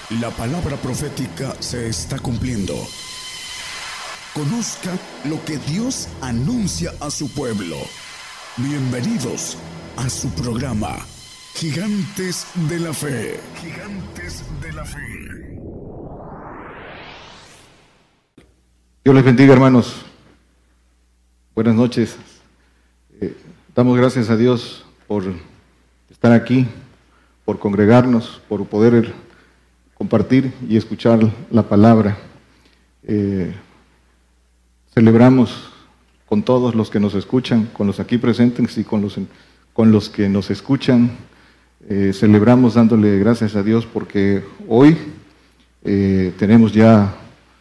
La palabra profética se está cumpliendo. Conozca lo que Dios anuncia a su pueblo. Bienvenidos a su programa, Gigantes de la Fe. Gigantes de la Fe. Dios les bendiga, hermanos. Buenas noches. Damos gracias a Dios por estar aquí, por congregarnos, por poder compartir y escuchar la palabra. Celebramos con todos los que nos escuchan, con los aquí presentes y con los que nos escuchan. Celebramos dándole gracias a Dios porque hoy tenemos ya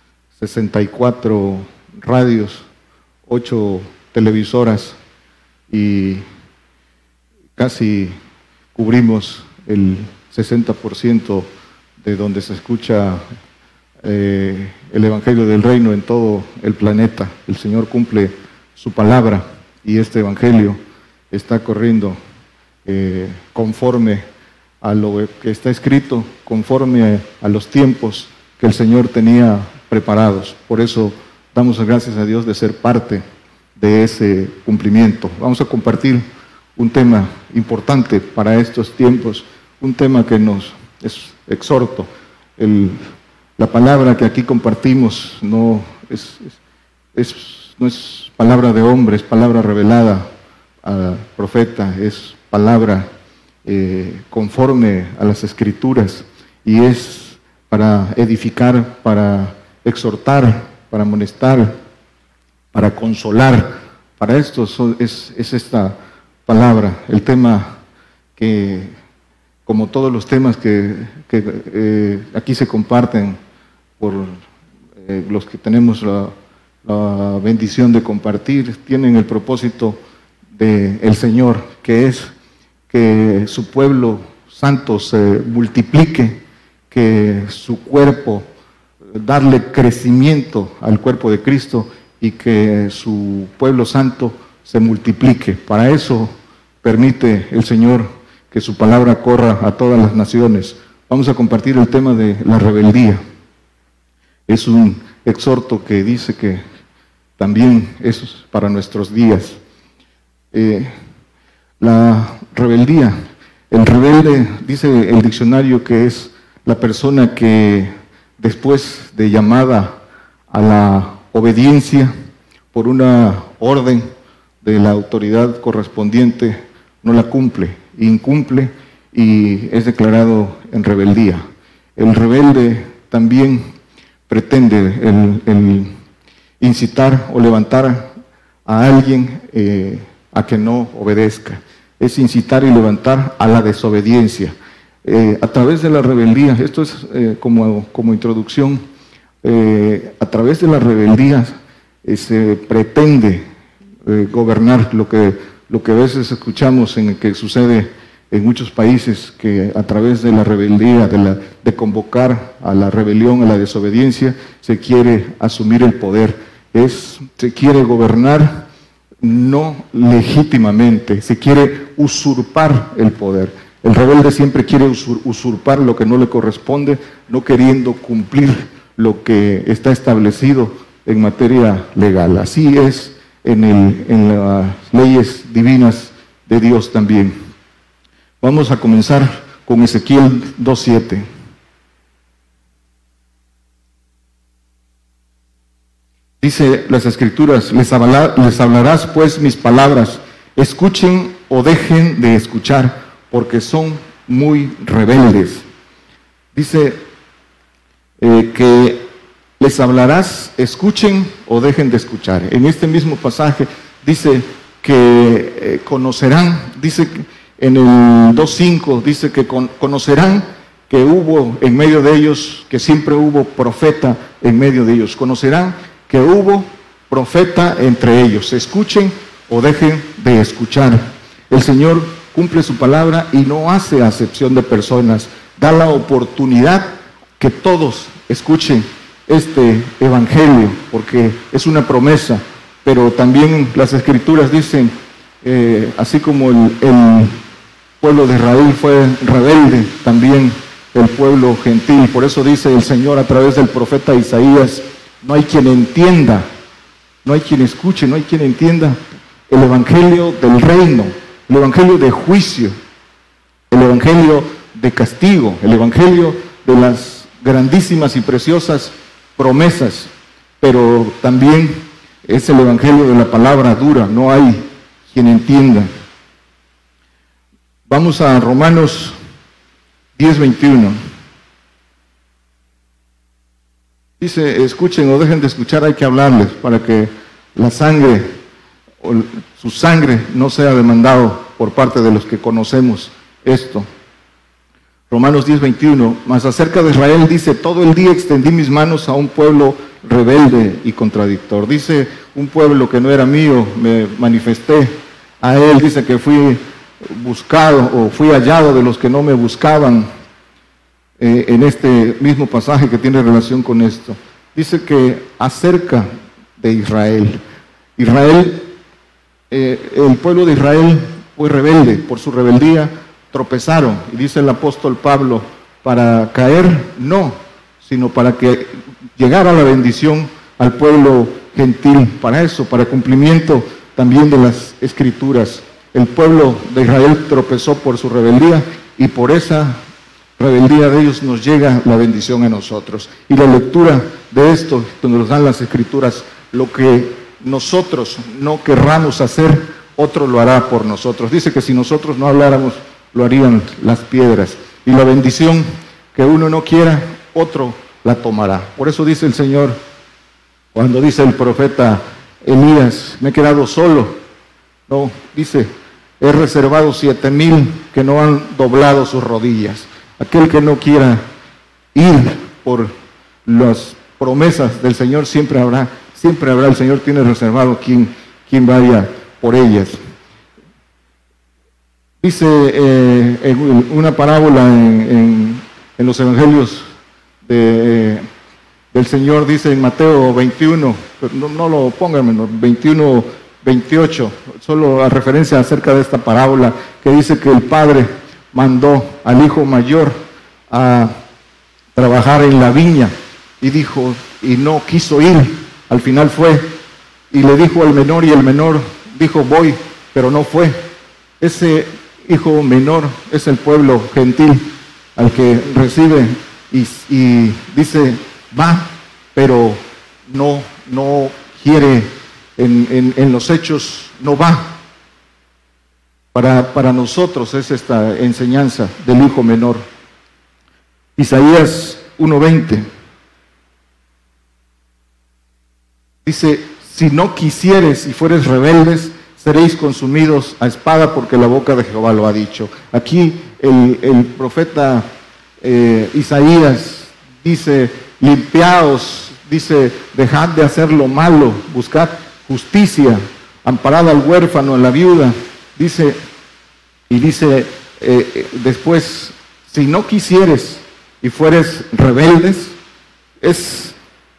64 radios, 8 televisoras y casi cubrimos el 60% de donde se escucha el Evangelio del Reino en todo el planeta. El Señor cumple su palabra y este Evangelio está corriendo conforme a lo que está escrito, conforme a los tiempos que el Señor tenía preparados. Por eso damos gracias a Dios de ser parte de ese cumplimiento. Vamos a compartir un tema importante para estos tiempos, un tema que nos es exhorto. La palabra que aquí compartimos no es palabra de hombre, es palabra revelada al profeta, es palabra conforme a las Escrituras y es para edificar, para exhortar, para amonestar, para consolar. Para esto es esta palabra, el tema que, como todos los temas que aquí se comparten por los que tenemos la bendición de compartir, tienen el propósito del Señor, que es que su pueblo santo se multiplique, que su cuerpo, darle crecimiento al cuerpo de Cristo y que su pueblo santo se multiplique. Para eso permite el Señor que su palabra corra a todas las naciones. Vamos a compartir el tema de la rebeldía. Es un exhorto que dice que también es para nuestros días. La rebeldía, el rebelde, dice el diccionario, que es la persona que después de llamada a la obediencia por una orden de la autoridad correspondiente, no la cumple, incumple y es declarado en rebeldía. El rebelde también pretende el incitar o levantar a alguien a que no obedezca. Es incitar y levantar a la desobediencia. A través de la rebeldía, esto es como introducción, a través de la rebeldía se pretende gobernar lo que a veces escuchamos en el que sucede en muchos países, que a través de la rebeldía, de convocar a la rebelión, a la desobediencia, se quiere asumir el poder. Se quiere gobernar no legítimamente, se quiere usurpar el poder. El rebelde siempre quiere usurpar lo que no le corresponde, no queriendo cumplir lo que está establecido en materia legal. Así es en las leyes divinas de Dios también. Vamos a comenzar con Ezequiel 2:7. Dice las Escrituras: les hablarás pues mis palabras, escuchen o dejen de escuchar, porque son muy rebeldes. Dice que les hablarás, escuchen o dejen de escuchar. En este mismo pasaje dice que conocerán, dice en el 2:5, dice que conocerán que hubo en medio de ellos, que siempre hubo profeta en medio de ellos. Conocerán que hubo profeta entre ellos. Escuchen o dejen de escuchar. El Señor cumple su palabra y no hace acepción de personas. Da la oportunidad que todos escuchen este evangelio, porque es una promesa. Pero también las Escrituras dicen, así como el pueblo de Israel fue rebelde, también el pueblo gentil. Por eso dice el Señor a través del profeta Isaías: no hay quien entienda, no hay quien escuche, no hay quien entienda el evangelio del reino, el evangelio de juicio, el evangelio de castigo, el evangelio de las grandísimas y preciosas promesas, pero también es el evangelio de la palabra dura, no hay quien entienda. Vamos a Romanos 10:21. Dice: escuchen o dejen de escuchar, hay que hablarles para que la sangre, o su sangre, no sea demandado por parte de los que conocemos esto. Romanos 10:21, mas acerca de Israel dice: todo el día extendí mis manos a un pueblo rebelde y contradictor. Dice: un pueblo que no era mío, me manifesté a él. Dice que fui buscado o fui hallado de los que no me buscaban, en este mismo pasaje que tiene relación con esto. Dice que acerca de Israel, el pueblo de Israel fue rebelde, por su rebeldía tropezaron, y dice el apóstol Pablo: para caer no, sino para que llegara la bendición al pueblo gentil, para eso, para cumplimiento también de las Escrituras. El pueblo de Israel tropezó por su rebeldía, y por esa rebeldía de ellos nos llega la bendición a nosotros. Y la lectura de esto, donde nos dan las Escrituras: lo que nosotros no querramos hacer, otro lo hará por nosotros. Dice que si nosotros no habláramos, lo harían las piedras. Y la bendición que uno no quiera, otro la tomará. Por eso dice el Señor, cuando dice el profeta Elías: me he quedado solo. No, dice: he reservado 7,000 que no han doblado sus rodillas. Aquel que no quiera ir por las promesas del Señor, siempre habrá. El Señor tiene reservado quien vaya por ellas. Dice una parábola en los evangelios del Señor, dice en Mateo 21, no lo pongan, 21:28, solo a referencia acerca de esta parábola, que dice que el padre mandó al hijo mayor a trabajar en la viña, y no quiso ir. Al final fue y le dijo al menor, y el menor dijo: voy, pero no fue. Ese hijo menor es el pueblo gentil, al que recibe y dice: va, pero no quiere, en los hechos no va. Para nosotros es esta enseñanza del hijo menor. Isaías 1:20 dice: si no quisieres y fueres rebeldes, seréis consumidos a espada, porque la boca de Jehová lo ha dicho. Aquí el profeta Isaías dice: limpiaos, dice, dejad de hacer lo malo, buscad justicia, amparad al huérfano, a la viuda. Dice después: si no quisieres y fueres rebeldes, es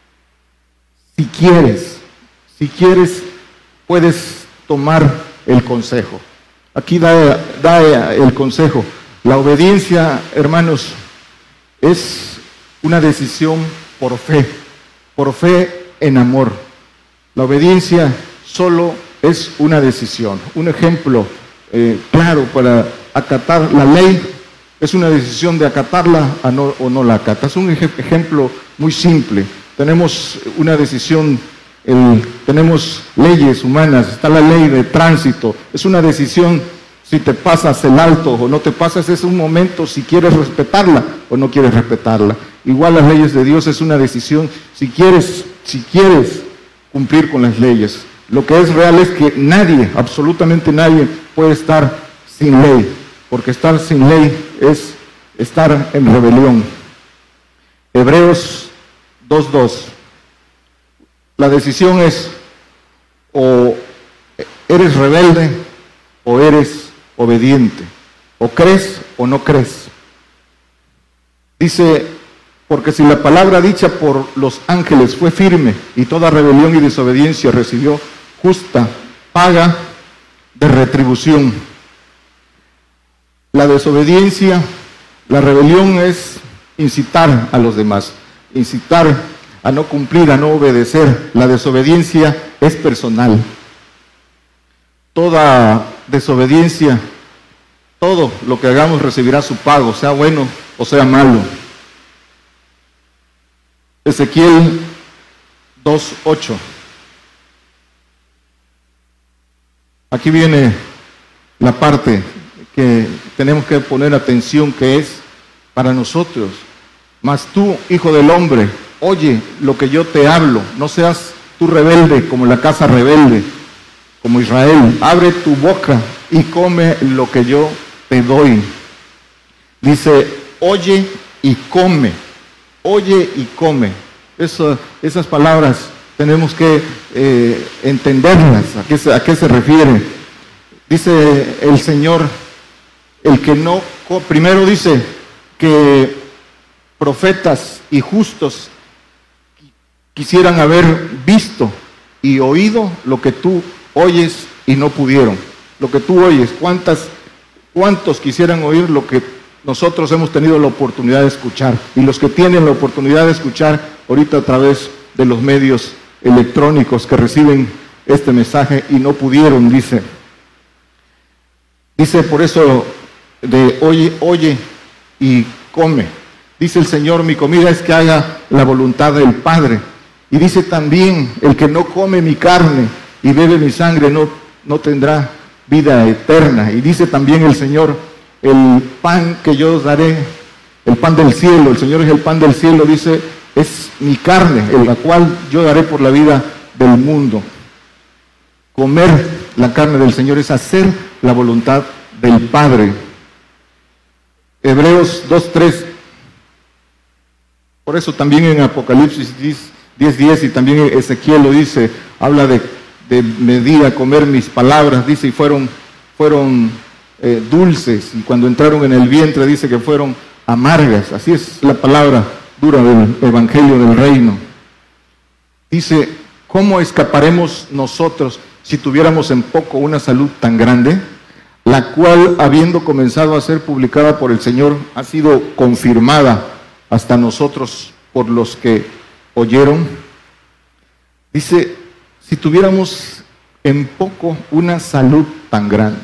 si quieres puedes tomar el consejo. Aquí da el consejo. La obediencia, hermanos, es una decisión por fe en amor. La obediencia solo es una decisión. Un ejemplo claro para acatar la ley es una decisión de acatarla o no la acatas. Un ejemplo muy simple. Tenemos una decisión, tenemos leyes humanas, está la ley de tránsito. Es una decisión si te pasas el alto o no te pasas. Es un momento si quieres respetarla o no quieres respetarla. Igual las leyes de Dios es una decisión si quieres cumplir con las leyes. Lo que es real es que nadie, absolutamente nadie, puede estar sin ley, porque estar sin ley es estar en rebelión. Hebreos 2:2. La decisión es: o eres rebelde o eres obediente, o crees o no crees. Dice: porque si la palabra dicha por los ángeles fue firme, y toda rebelión y desobediencia recibió justa paga de retribución. La desobediencia, la rebelión es incitar a los demás, incitar a no cumplir, a no obedecer. La desobediencia es personal. Toda desobediencia, todo lo que hagamos recibirá su pago, sea bueno o sea malo. Ezequiel 2:8. Aquí viene la parte que tenemos que poner atención, que es para nosotros. Mas tú, hijo del hombre, oye lo que yo te hablo, no seas tú rebelde como la casa rebelde, como Israel. Abre tu boca y come lo que yo te doy. Dice, oye y come, oye y come. Esas palabras tenemos que entenderlas, a qué se refiere. Dice el Señor, el que no, primero dice que profetas y justos quisieran haber visto y oído lo que tú oyes y no pudieron. Lo que tú oyes, ¿cuántos quisieran oír lo que nosotros hemos tenido la oportunidad de escuchar? Y los que tienen la oportunidad de escuchar ahorita a través de los medios electrónicos que reciben este mensaje y no pudieron, dice por eso de oye y come. Dice el Señor, mi comida es que haga la voluntad del Padre. Y dice también, el que no come mi carne y bebe mi sangre no tendrá vida eterna. Y dice también el Señor, el pan que yo os daré, el pan del cielo, el Señor es el pan del cielo, dice, es mi carne, la cual yo daré por la vida del mundo. Comer la carne del Señor es hacer la voluntad del Padre. Hebreos 2:3. Por eso también en Apocalipsis 10:10 y también Ezequiel lo dice, habla de me di a comer mis palabras, dice, y fueron dulces, y cuando entraron en el vientre dice que fueron amargas. Así es la palabra dura del Evangelio del Reino. Dice, ¿cómo escaparemos nosotros si tuviéramos en poco una salud tan grande, la cual, habiendo comenzado a ser publicada por el Señor, ha sido confirmada hasta nosotros por los que oyeron? Dice, si tuviéramos en poco una salud tan grande,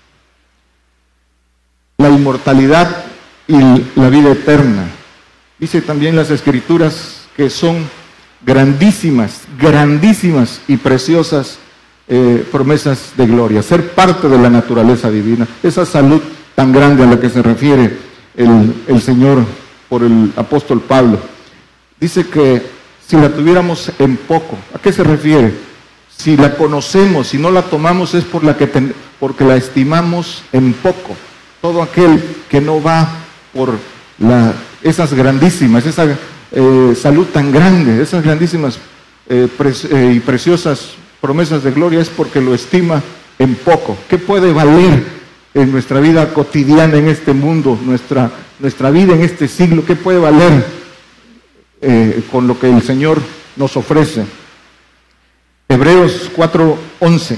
la inmortalidad y la vida eterna. Dice también las Escrituras que son grandísimas y preciosas promesas de gloria, ser parte de la naturaleza divina, esa salud tan grande a la que se refiere el Señor por el apóstol Pablo. Dice que si la tuviéramos en poco, ¿a qué se refiere? Si la conocemos, si no la tomamos es porque la estimamos en poco. Todo aquel que no va por esas grandísimas, esa salud tan grande, esas grandísimas y preciosas promesas de gloria, es porque lo estima en poco. ¿Qué puede valer en nuestra vida cotidiana en este mundo, nuestra vida en este siglo? ¿Qué puede valer con lo que el Señor nos ofrece? Hebreos 4:11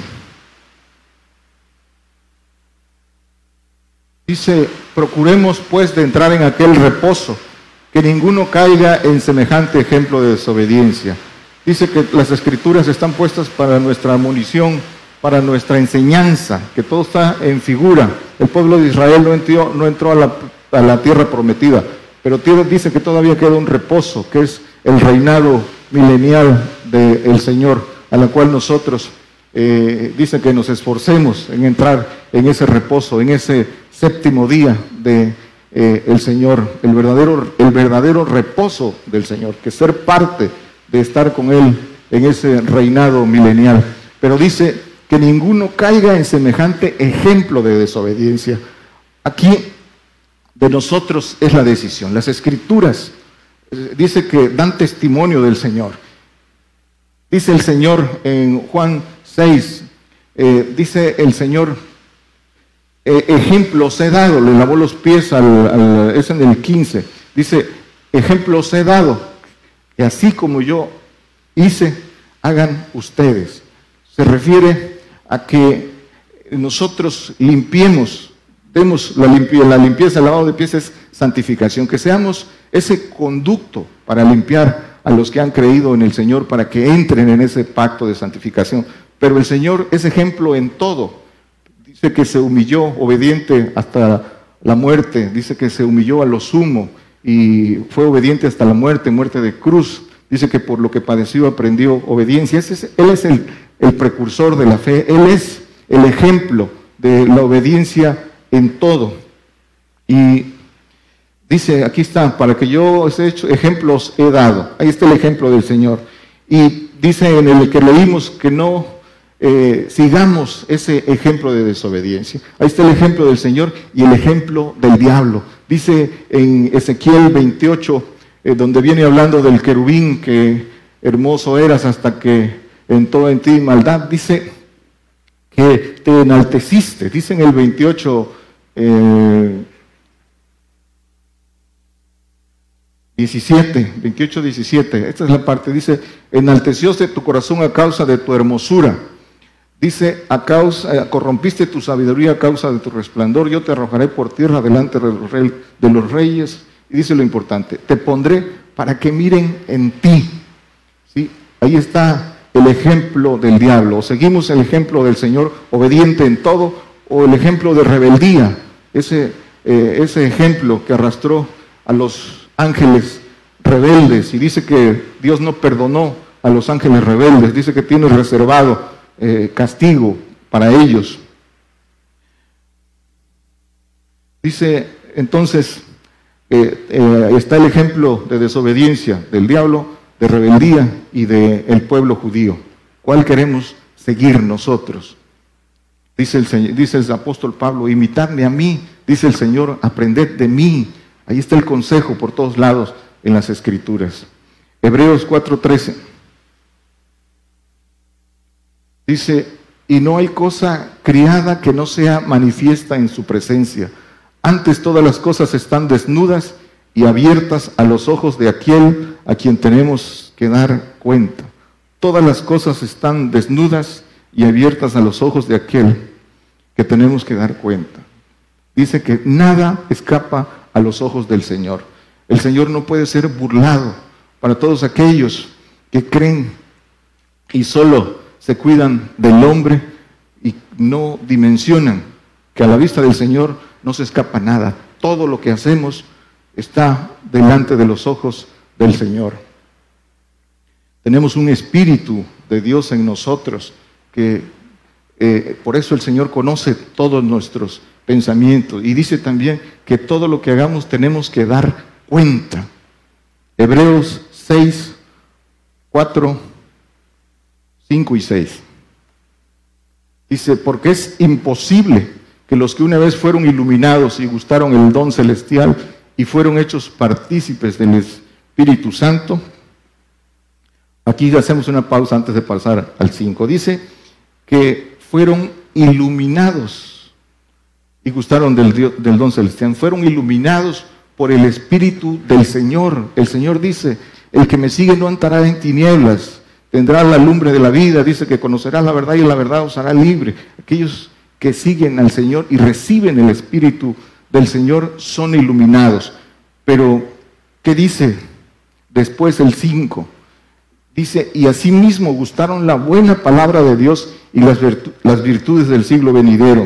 dice, procuremos pues de entrar en aquel reposo, que ninguno caiga en semejante ejemplo de desobediencia. Dice que las Escrituras están puestas para nuestra munición, para nuestra enseñanza, que todo está en figura. El pueblo de Israel no entró a la tierra prometida, pero dice que todavía queda un reposo, que es el reinado milenial del Señor, a la cual nosotros dice que nos esforcemos en entrar en ese reposo, en ese séptimo día de el Señor, el verdadero reposo del Señor, que ser parte de estar con Él en ese reinado milenial. Pero dice que ninguno caiga en semejante ejemplo de desobediencia. Aquí de nosotros es la decisión. Las Escrituras dice que dan testimonio del Señor. Dice el Señor en Juan 6, dice el Señor, ejemplos he dado, le lavó los pies es en el 15, dice, ejemplos he dado, que así como yo hice, hagan ustedes. Se refiere a que nosotros limpiemos, demos la limpieza, el lavado de pies es santificación, que seamos ese conducto para limpiar a los que han creído en el Señor, para que entren en ese pacto de santificación. Pero el Señor es ejemplo en todo. Dice que se humilló, obediente hasta la muerte. Dice que se humilló a lo sumo y fue obediente hasta la muerte, muerte de cruz. Dice que por lo que padeció aprendió obediencia. Él es el precursor de la fe. Él es el ejemplo de la obediencia en todo. Y dice, aquí está, para que yo os he hecho ejemplos he dado. Ahí está el ejemplo del Señor. Y dice en el que leímos que no sigamos ese ejemplo de desobediencia. Ahí está el ejemplo del Señor y el ejemplo del diablo. Dice en Ezequiel 28, donde viene hablando del querubín, que hermoso eras hasta que entró en ti maldad. Dice que te enalteciste. Dice en el 28, 28, 17, esta es la parte, dice, enaltecióse tu corazón a causa de tu hermosura. Dice, corrompiste tu sabiduría a causa de tu resplandor, yo te arrojaré por tierra delante de los reyes. Y dice lo importante, te pondré para que miren en ti. ¿Sí? Ahí está el ejemplo del diablo. O seguimos el ejemplo del Señor, obediente en todo, o el ejemplo de rebeldía, ese ejemplo que arrastró a los ángeles rebeldes. Y dice que Dios no perdonó a los ángeles rebeldes, dice que tiene reservado castigo para ellos. Dice entonces, está el ejemplo de desobediencia del diablo, de rebeldía y del pueblo judío. ¿Cuál queremos seguir nosotros? Dice el apóstol Pablo, imitadme a mí, dice el Señor, aprended de mí. Ahí está el consejo por todos lados en las Escrituras. Hebreos 4:13. Dice, y no hay cosa criada que no sea manifiesta en su presencia. Antes todas las cosas están desnudas y abiertas a los ojos de aquel a quien tenemos que dar cuenta. Todas las cosas están desnudas y abiertas a los ojos de aquel que tenemos que dar cuenta. Dice que nada escapa a los ojos del Señor. El Señor no puede ser burlado. Para todos aquellos que creen y solo se cuidan del hombre y no dimensionan que a la vista del Señor no se escapa nada. Todo lo que hacemos está delante de los ojos del Señor. Tenemos un Espíritu de Dios en nosotros que por eso el Señor conoce todos nuestros pensamientos y dice también que todo lo que hagamos tenemos que dar cuenta. Hebreos 6, 4, 5 y 6. Dice, porque es imposible que los que una vez fueron iluminados y gustaron el don celestial y fueron hechos partícipes del Espíritu Santo. Aquí hacemos una pausa antes de pasar al 5. Dice que fueron iluminados y gustaron del don celestial. Fueron iluminados por el Espíritu del Señor. El Señor dice, el que me sigue no andará en tinieblas, tendrá la lumbre de la vida. Dice que conocerá la verdad y la verdad os hará libre. Aquellos que siguen al Señor y reciben el Espíritu del Señor son iluminados. Pero, ¿qué dice después el 5? Dice, y asimismo gustaron la buena palabra de Dios y las virtudes del siglo venidero.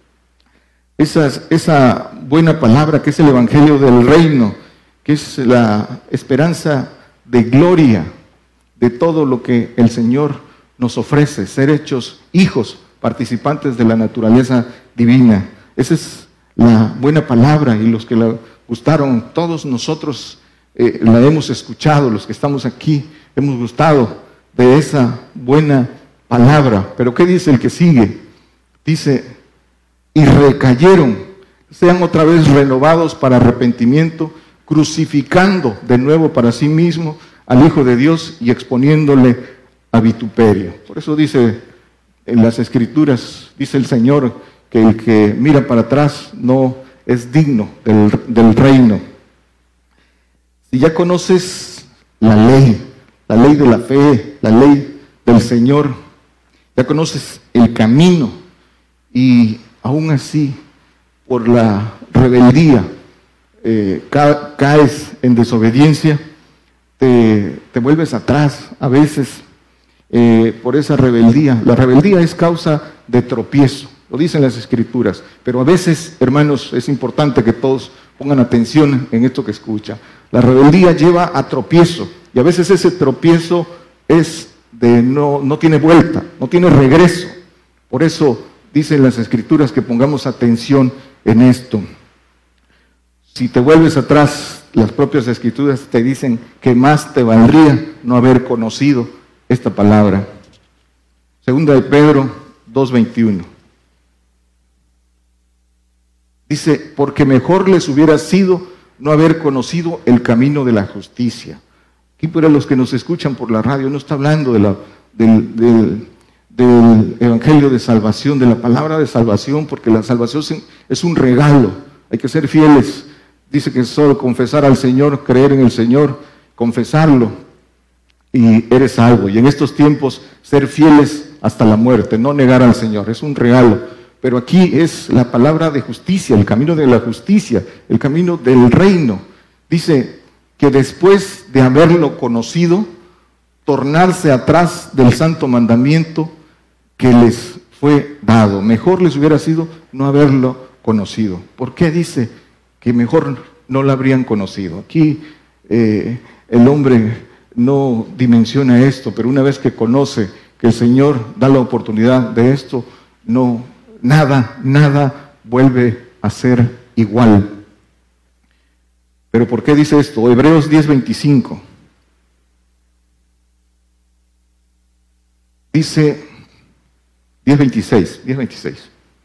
Esa buena palabra que es el Evangelio del Reino, que es la esperanza de gloria de todo lo que el Señor nos ofrece, ser hechos hijos, participantes de la naturaleza divina. Esa es la buena palabra y los que la gustaron, todos nosotros la hemos escuchado, los que estamos aquí hemos gustado de esa buena palabra. Pero ¿qué dice el que sigue? Dice, y recayeron, sean otra vez renovados para arrepentimiento, crucificando de nuevo para sí mismo al Hijo de Dios y exponiéndole a vituperio. Por eso dice en las Escrituras, dice el Señor, que el que mira para atrás no es digno del reino. Si ya conoces la ley de la fe, la ley del Señor, ya conoces el camino y aún así, por la rebeldía, caes en desobediencia, te vuelves atrás a veces por esa rebeldía. La rebeldía es causa de tropiezo, lo dicen las Escrituras, pero a veces, hermanos, es importante que todos pongan atención en esto que escuchan. La rebeldía lleva a tropiezo, y a veces ese tropiezo es no tiene vuelta, no tiene regreso. Por eso dicen las Escrituras que pongamos atención en esto. Si te vuelves atrás, las propias Escrituras te dicen que más te valdría no haber conocido esta palabra. Segunda de Pedro 2:21. Dice, porque mejor les hubiera sido no haber conocido el camino de la justicia. Aquí para los que nos escuchan por la radio, no está hablando del Evangelio de salvación, de la palabra de salvación, porque la salvación es un regalo, hay que ser fieles. Dice que solo confesar al Señor, creer en el Señor, confesarlo, y eres salvo. Y en estos tiempos, ser fieles hasta la muerte, no negar al Señor, es un regalo. Pero aquí es la palabra de justicia, el camino de la justicia, el camino del reino. Dice que después de haberlo conocido, tornarse atrás del santo mandamiento que les fue dado. Mejor les hubiera sido no haberlo conocido. ¿Por qué dice que mejor no lo habrían conocido? Aquí el hombre no dimensiona esto, pero una vez que conoce que el Señor da la oportunidad de esto, nada vuelve a ser igual. ¿Pero por qué dice esto? Hebreos 10:25. Dice 10:26.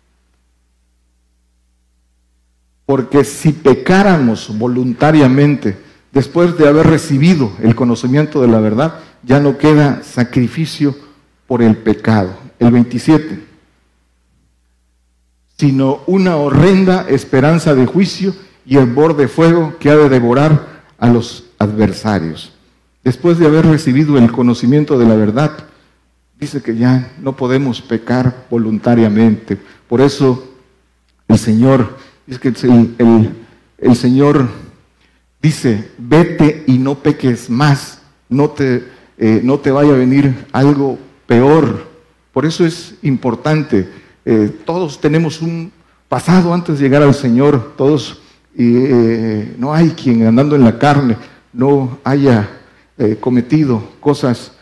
Porque si pecáramos voluntariamente después de haber recibido el conocimiento de la verdad, ya no queda sacrificio por el pecado. El 27. Sino una horrenda esperanza de juicio y hervor de fuego que ha de devorar a los adversarios. Después de haber recibido el conocimiento de la verdad, dice que ya no podemos pecar voluntariamente. Por eso el Señor, es que el Señor dice, vete y no peques más, no te vaya a venir algo peor. Por eso es importante. Todos tenemos un pasado antes de llegar al Señor, todos, no hay quien andando en la carne no haya cometido cosas,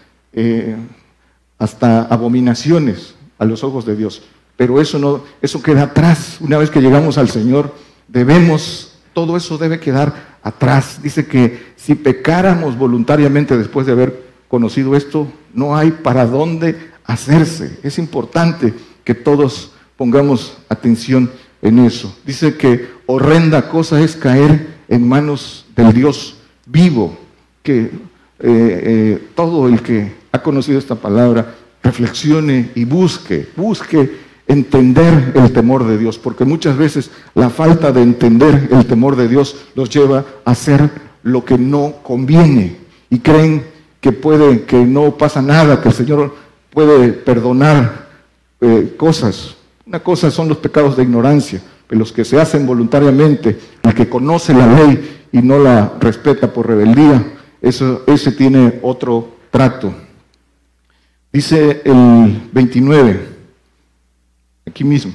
hasta abominaciones a los ojos de Dios. Pero eso queda atrás. Una vez que llegamos al Señor, todo eso debe quedar atrás. Dice que si pecáramos voluntariamente después de haber conocido esto, no hay para dónde hacerse. Es importante que todos pongamos atención en eso. Dice que horrenda cosa es caer en manos del Dios vivo, que todo el que ha conocido esta palabra reflexione y busque entender el temor de Dios, porque muchas veces la falta de entender el temor de Dios los lleva a hacer lo que no conviene y creen que no pasa nada, que el Señor puede perdonar cosas. Una cosa son los pecados de ignorancia, pero los que se hacen voluntariamente, el que conoce la ley y no la respeta por rebeldía, ese tiene otro trato. Dice el 29, aquí mismo.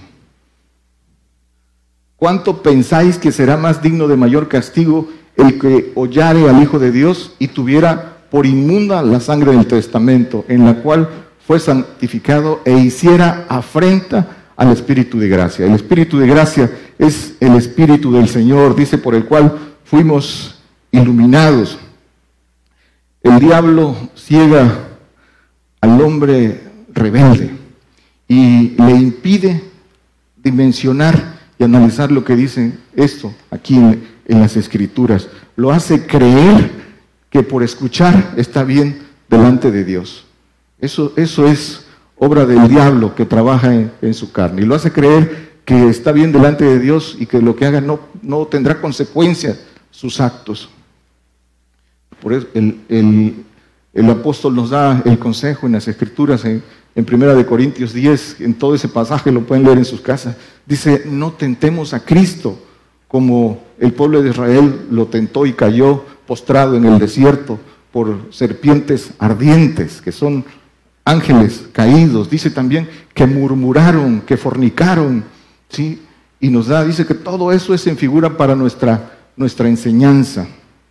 ¿Cuánto pensáis que será más digno de mayor castigo el que hollare al Hijo de Dios y tuviera por inmunda la sangre del testamento, en la cual fue santificado e hiciera afrenta al Espíritu de gracia? El Espíritu de gracia es el Espíritu del Señor, dice, por el cual fuimos iluminados. El diablo ciega al hombre rebelde y le impide dimensionar y analizar lo que dice esto aquí en las Escrituras. Lo hace creer que por escuchar está bien delante de Dios. Eso es obra del diablo que trabaja en su carne, y lo hace creer que está bien delante de Dios y que lo que haga no tendrá consecuencias sus actos. Por eso el apóstol nos da el consejo en las Escrituras, en 1 Corintios 10, en todo ese pasaje lo pueden leer en sus casas. Dice, no tentemos a Cristo como el pueblo de Israel lo tentó y cayó postrado en el desierto por serpientes ardientes, que son ángeles caídos. Dice también que murmuraron, que fornicaron, ¿sí? Y nos da, dice que todo eso es en figura para nuestra enseñanza.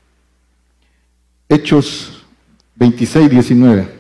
Hechos 26, 19.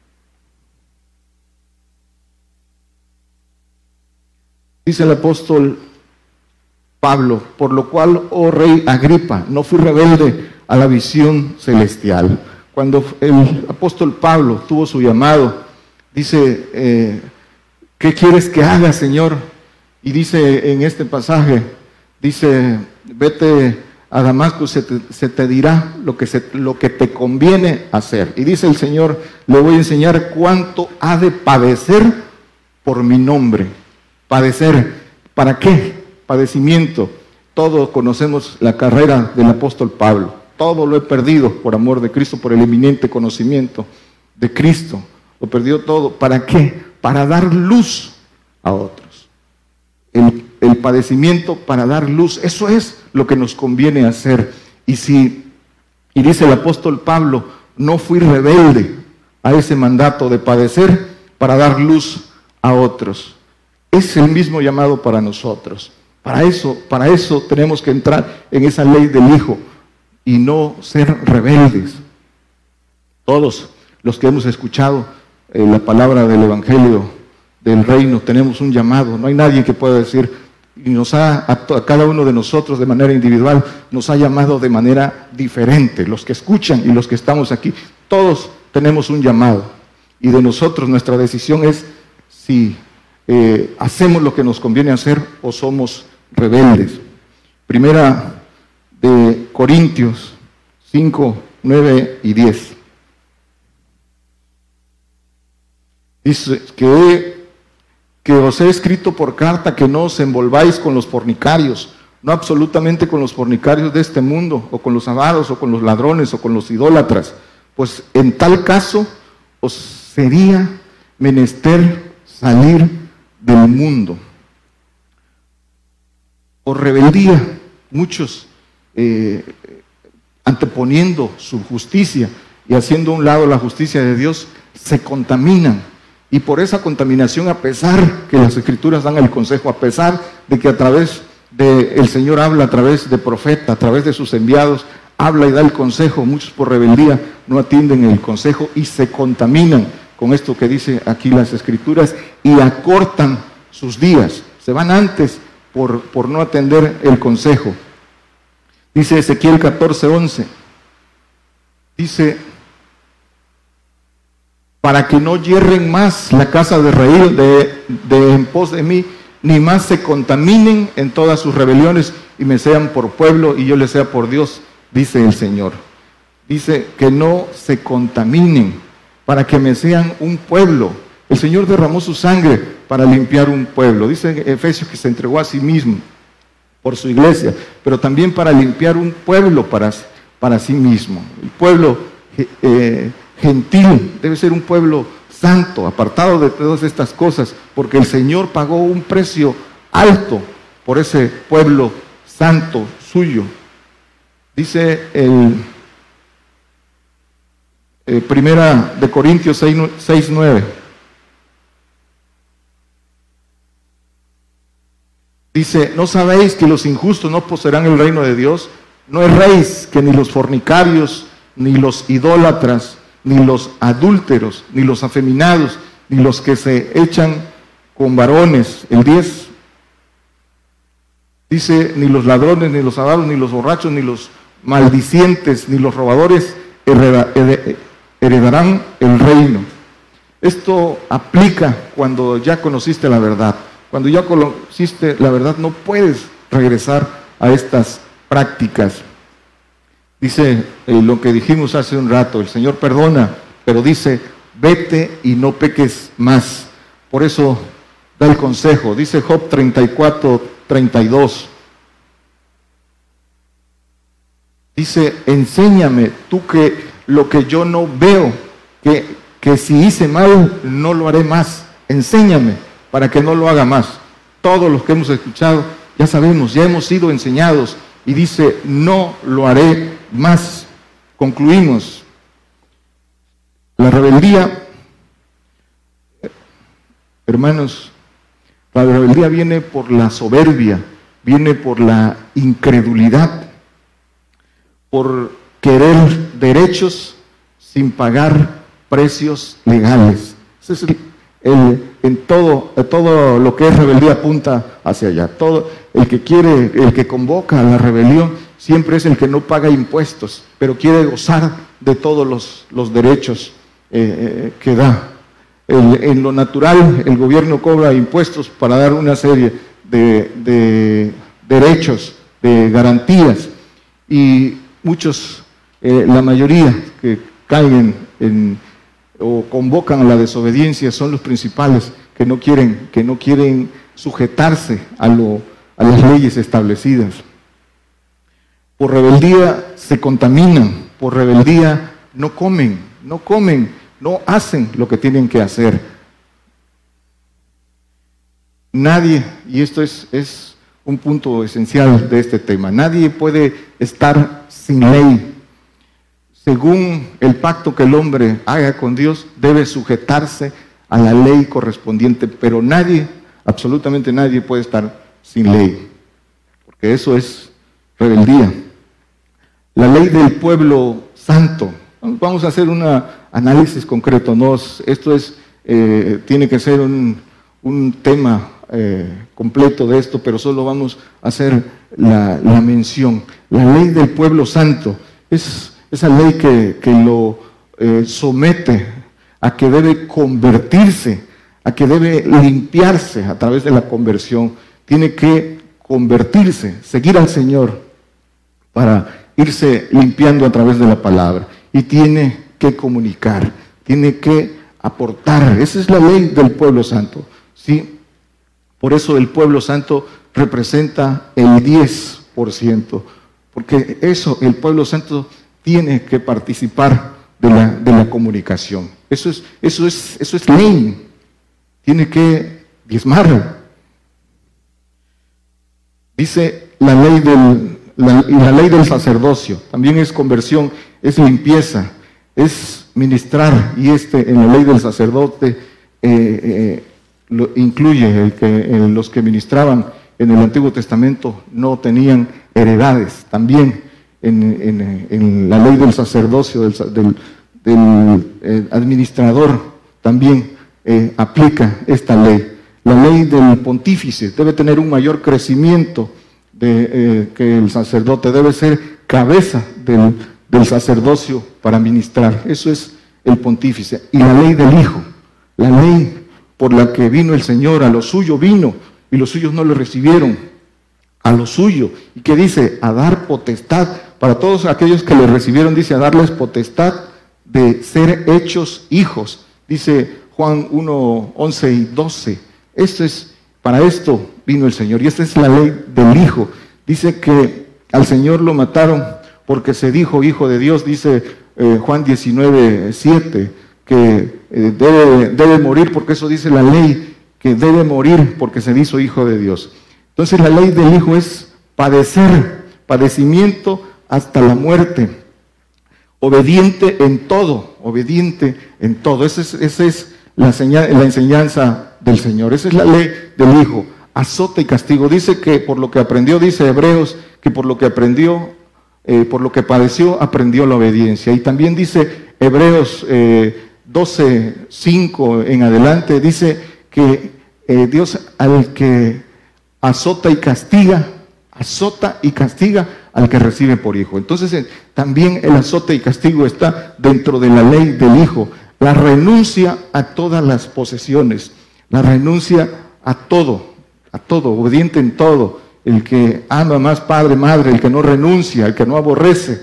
Dice el apóstol Pablo: por lo cual, oh rey Agripa, no fui rebelde a la visión celestial. Cuando el apóstol Pablo tuvo su llamado, dice, ¿qué quieres que haga, Señor? Y dice en este pasaje, dice, vete a Damasco, se te dirá lo que te conviene hacer. Y dice el Señor, le voy a enseñar cuánto ha de padecer por mi nombre. Padecer, ¿para qué? Padecimiento. Todos conocemos la carrera del apóstol Pablo. Todo lo he perdido por amor de Cristo, por el eminente conocimiento de Cristo. Lo perdió todo. ¿Para qué? Para dar luz a otros. El padecimiento para dar luz, eso es lo que nos conviene hacer. Y dice el apóstol Pablo, no fui rebelde a ese mandato de padecer para dar luz a otros. Es el mismo llamado para nosotros. Para eso tenemos que entrar en esa ley del Hijo y no ser rebeldes. Todos los que hemos escuchado la palabra del Evangelio del Reino tenemos un llamado. No hay nadie que pueda decir, y a cada uno de nosotros de manera individual nos ha llamado de manera diferente. Los que escuchan y los que estamos aquí, todos tenemos un llamado. Y de nosotros nuestra decisión es si hacemos lo que nos conviene hacer o somos rebeldes. Primera de Corintios 5, 9 y 10. Dice que os he escrito por carta que no os envolváis con los fornicarios, no absolutamente con los fornicarios de este mundo, o con los avaros, o con los ladrones, o con los idólatras, pues en tal caso os sería menester salir del mundo. Por rebeldía, muchos anteponiendo su justicia y haciendo a un lado la justicia de Dios, se contaminan. Y por esa contaminación, a pesar que las Escrituras dan el consejo, a pesar de que a través el Señor habla, a través de profeta, a través de sus enviados, habla y da el consejo, muchos por rebeldía no atienden el consejo y se contaminan con esto que dice aquí las Escrituras y acortan sus días, se van antes por no atender el consejo. Dice Ezequiel 14:11, dice, para que no yerren más la casa de Israel de en pos de mí, ni más se contaminen en todas sus rebeliones y me sean por pueblo y yo les sea por Dios, dice el Señor. Dice que no se contaminen, para que me sean un pueblo. El Señor derramó su sangre para limpiar un pueblo. Dice en Efesios que se entregó a sí mismo por su iglesia, pero también para limpiar un pueblo para sí mismo. El pueblo gentil debe ser un pueblo santo, apartado de todas estas cosas, porque el Señor pagó un precio alto por ese pueblo santo suyo. Dice Primera de Corintios 6:9. Dice, ¿no sabéis que los injustos no poseerán el reino de Dios? No erréis que ni los fornicarios, ni los idólatras, ni los adúlteros, ni los afeminados, ni los que se echan con varones. El 10 dice, ni los ladrones, ni los avaros, ni los borrachos, ni los maldicientes, ni los robadores heredarán el reino. Esto aplica cuando ya conociste la verdad. Cuando ya conociste la verdad no puedes regresar a estas prácticas. Dice lo que dijimos hace un rato, el Señor perdona, pero dice, vete y no peques más. Por eso da el consejo. Dice Job 34:32. Dice, enséñame tú que lo que yo no veo, que si hice mal, no lo haré más. Enséñame para que no lo haga más. Todos los que hemos escuchado ya sabemos, ya hemos sido enseñados, y dice, no lo haré más. Concluimos. La rebeldía, hermanos, la rebeldía viene por la soberbia, viene por la incredulidad, por querer derechos sin pagar precios legales. Ese es en todo lo que es rebeldía apunta hacia allá. Todo el que convoca a la rebelión siempre es el que no paga impuestos, pero quiere gozar de todos los derechos que da. En lo natural, el gobierno cobra impuestos para dar una serie de derechos, de garantías, y muchos, la mayoría que caen o convocan a la desobediencia son los principales que no quieren sujetarse a las leyes establecidas. Por rebeldía se contaminan, por rebeldía no comen, no hacen lo que tienen que hacer. Nadie, y esto es un punto esencial de este tema, nadie puede estar sin ley. Según el pacto que el hombre haga con Dios, debe sujetarse a la ley correspondiente, pero nadie, absolutamente nadie puede estar sin ley, porque eso es rebeldía. La ley del pueblo santo. Vamos a hacer un análisis concreto. Esto tiene que ser un tema completo de esto, pero solo vamos a hacer la mención. La ley del pueblo santo es esa ley que lo somete a que debe convertirse, a que debe limpiarse a través de la conversión. Tiene que convertirse, seguir al Señor para irse limpiando a través de la palabra. Y tiene que comunicar, tiene que aportar. Esa es la ley del pueblo santo, ¿sí? Por eso el pueblo santo representa el 10%, porque el pueblo santo tiene que participar de la comunicación. Eso es ley. Tiene que diezmar. Dice la ley del sacerdocio. También es conversión, es limpieza, es ministrar. Y en la ley del sacerdote lo incluye los que ministraban en el Antiguo Testamento no tenían heredades. También en la ley del sacerdocio, del administrador, también aplica esta ley. La ley del pontífice debe tener un mayor crecimiento que el sacerdote, debe ser cabeza del sacerdocio para ministrar. Eso es el pontífice. Y la ley del Hijo, la ley por la que vino el Señor, a lo suyo vino, y los suyos no le recibieron, a lo suyo. ¿Y qué dice? A dar potestad. Para todos aquellos que le recibieron, dice, a darles potestad de ser hechos hijos. Dice Juan 1, 11 y 12. Para esto vino el Señor. Y esta es la ley del Hijo. Dice que al Señor lo mataron porque se dijo Hijo de Dios. Dice Juan 19, 7, que debe morir, porque eso dice la ley, que debe morir porque se hizo Hijo de Dios. Entonces la ley del Hijo es padecimiento hasta la muerte, obediente en todo. Esa es la enseñanza del Señor. Esa es la ley del Hijo, azota y castigo. Dice que por lo que aprendió, dice Hebreos, que por lo que aprendió, por lo que padeció, aprendió la obediencia. Y también dice Hebreos 12, 5 en adelante, dice que Dios al que azota y castiga al que recibe por hijo. Entonces también el azote y castigo está dentro de la ley del Hijo. La renuncia a todas las posesiones, la renuncia a todo, obediente en todo. El que ama más padre, madre, el que no renuncia, el que no aborrece,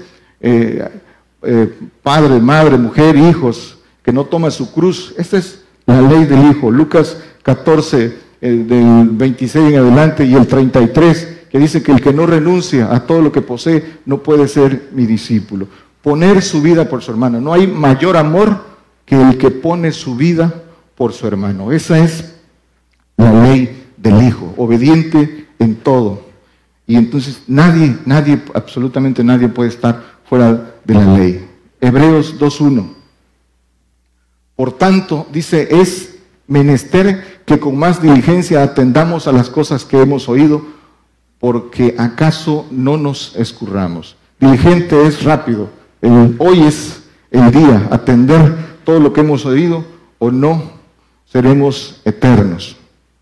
padre, madre, mujer, hijos, que no toma su cruz. Esta es la ley del Hijo. Lucas 14, del 26 en adelante, y el 33, que dice que el que no renuncia a todo lo que posee no puede ser mi discípulo. Poner su vida por su hermano. No hay mayor amor que el que pone su vida por su hermano. Esa es la ley del Hijo, obediente en todo. Y entonces nadie, absolutamente nadie puede estar fuera de la ley. Hebreos 2:1. Por tanto, dice, es menester que con más diligencia atendamos a las cosas que hemos oído, porque acaso no nos escurramos. Diligente es rápido. Hoy es el día, atender todo lo que hemos oído, o no seremos eternos.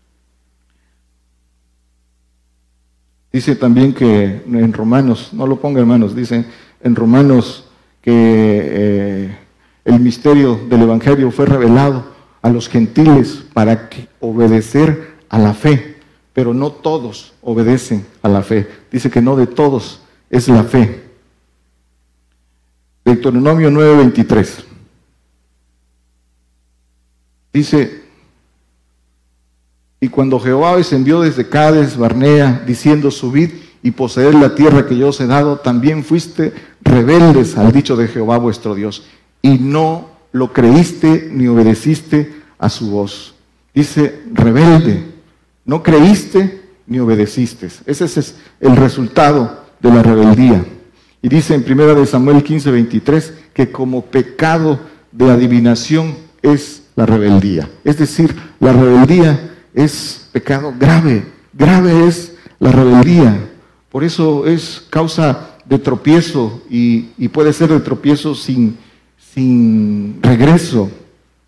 Dice también que en Romanos, no lo ponga hermanos, dice en Romanos que el misterio del Evangelio fue revelado a los gentiles para que obedecer a la fe, pero no todos obedecen a la fe. Dice que no de todos es la fe. Deuteronomio 9:23. Dice, y cuando Jehová os envió desde Cades Barnea, diciendo, subid y poseed la tierra que yo os he dado, también fuiste rebeldes al dicho de Jehová vuestro Dios, y no lo creíste ni obedeciste a su voz. Dice, rebelde, no creíste ni obedeciste. Ese es el resultado de la rebeldía. Y dice en 1 Samuel 15:23 que como pecado de adivinación es la rebeldía. Es decir, la rebeldía es pecado grave, grave es la rebeldía. Por eso es causa de tropiezo y puede ser de tropiezo sin regreso.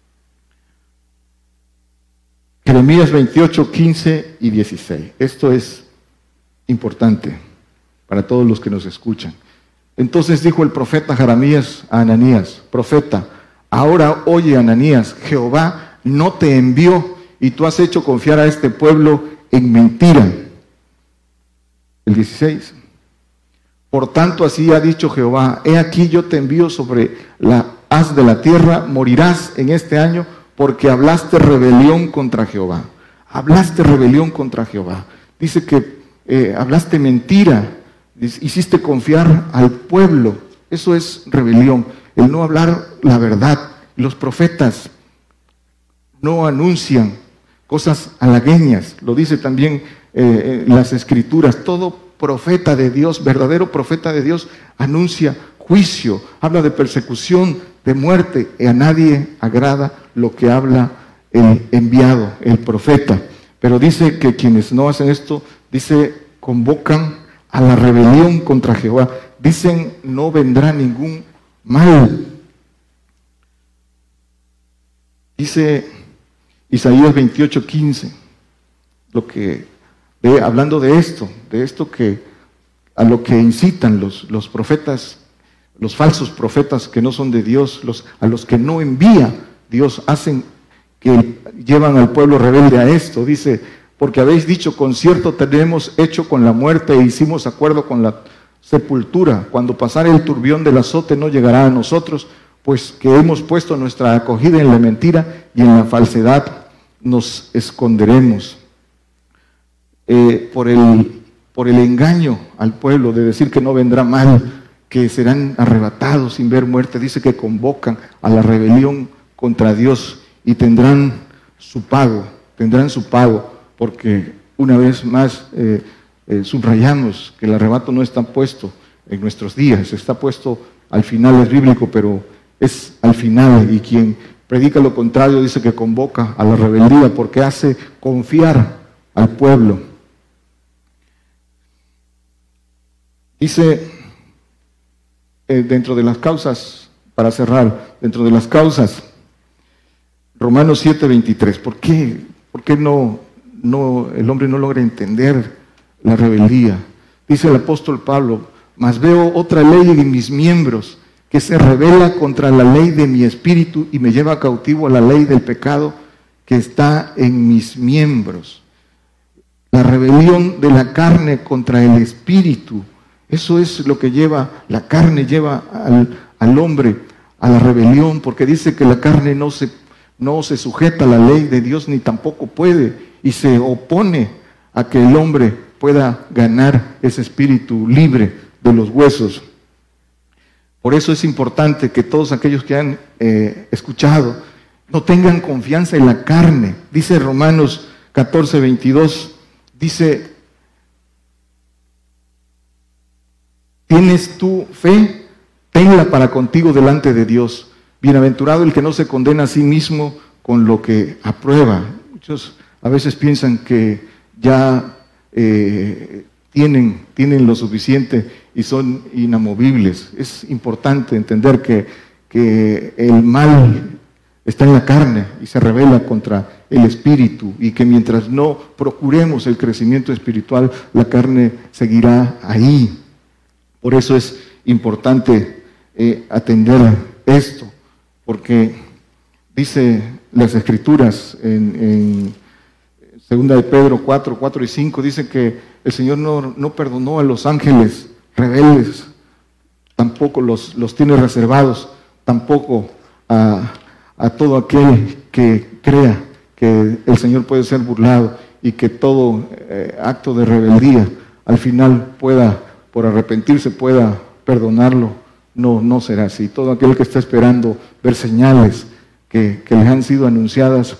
Jeremías 28:15 y 16. Esto es importante para todos los que nos escuchan. Entonces dijo el profeta Jeremías a Ananías, profeta, ahora oye Ananías, Jehová no te envió y tú has hecho confiar a este pueblo en mentira. El 16. Por tanto así ha dicho Jehová, he aquí yo te envío sobre la haz de la tierra, morirás en este año porque hablaste rebelión contra Jehová. Hablaste rebelión contra Jehová. Dice que hablaste mentira, hiciste confiar al pueblo. Eso es rebelión, el no hablar la verdad. Los profetas no anuncian cosas halagueñas, lo dice también las escrituras. Todo profeta de Dios, verdadero profeta de Dios, anuncia juicio, habla de persecución, de muerte, y a nadie agrada lo que habla el enviado, el profeta. Pero dice que quienes no hacen esto, dice, convocan a la rebelión contra Jehová. Dicen, no vendrá ningún mal. Dice Isaías 28:15, hablando de esto que a lo que incitan los profetas, los falsos profetas que no son de Dios, a los que no envía Dios, hacen que llevan al pueblo rebelde a esto. Dice, porque habéis dicho, concierto tenemos hecho con la muerte e hicimos acuerdo con la sepultura. Cuando pasare el turbión del azote no llegará a nosotros, pues que hemos puesto nuestra acogida en la mentira y en la falsedad nos esconderemos. Por el engaño al pueblo de decir que no vendrá mal, que serán arrebatados sin ver muerte, dice que convocan a la rebelión contra Dios y tendrán su pago, porque una vez más subrayamos que el arrebato no está puesto en nuestros días, está puesto al final, es bíblico, pero es al final, y quien predica lo contrario dice que convoca a la rebeldía porque hace confiar al pueblo. Dice, dentro de las causas, para cerrar, dentro de las causas, Romanos 7:23, ¿por qué no el hombre no logra entender la rebeldía? Dice el apóstol Pablo, mas veo otra ley en mis miembros, que se rebela contra la ley de mi espíritu y me lleva cautivo a la ley del pecado que está en mis miembros. La rebelión de la carne contra el espíritu, eso es lo que la carne lleva al hombre a la rebelión, porque dice que la carne no se sujeta a la ley de Dios ni tampoco puede, y se opone a que el hombre pueda ganar ese espíritu libre de los huesos. Por eso es importante que todos aquellos que han escuchado no tengan confianza en la carne. Dice Romanos 14:22, dice, ¿Tienes tu fe? Tenla para contigo delante de Dios. Bienaventurado el que no se condena a sí mismo con lo que aprueba. Muchos a veces piensan que ya tienen lo suficiente y son inamovibles. Es importante entender que el mal está en la carne y se rebela contra el espíritu, y que mientras no procuremos el crecimiento espiritual, la carne seguirá ahí. Por eso es importante atender esto, porque dice las Escrituras en 2 de Pedro 4 y 5, dice que el Señor no perdonó a los ángeles rebeldes, tampoco los tiene reservados, tampoco a todo aquel que crea que el Señor puede ser burlado, y que todo acto de rebeldía al final pueda, por arrepentirse, pueda perdonarlo. No será así. Todo aquel que está esperando ver señales que les han sido anunciadas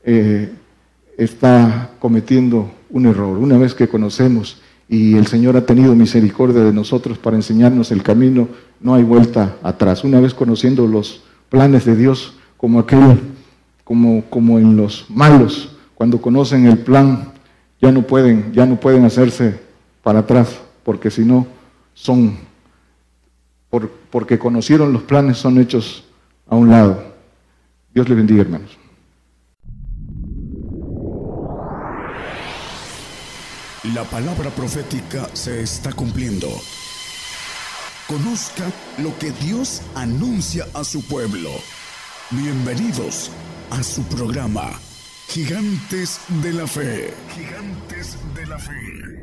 está cometiendo un error. Una vez que conocemos y el Señor ha tenido misericordia de nosotros para enseñarnos el camino, no hay vuelta atrás. Una vez conociendo los planes de Dios, como en los malos, cuando conocen el plan, ya no pueden hacerse para atrás, porque si no porque conocieron los planes, son hechos a un lado. Dios les bendiga, hermanos. La palabra profética se está cumpliendo. Conozca lo que Dios anuncia a su pueblo. Bienvenidos a su programa, Gigantes de la Fe. Gigantes de la Fe.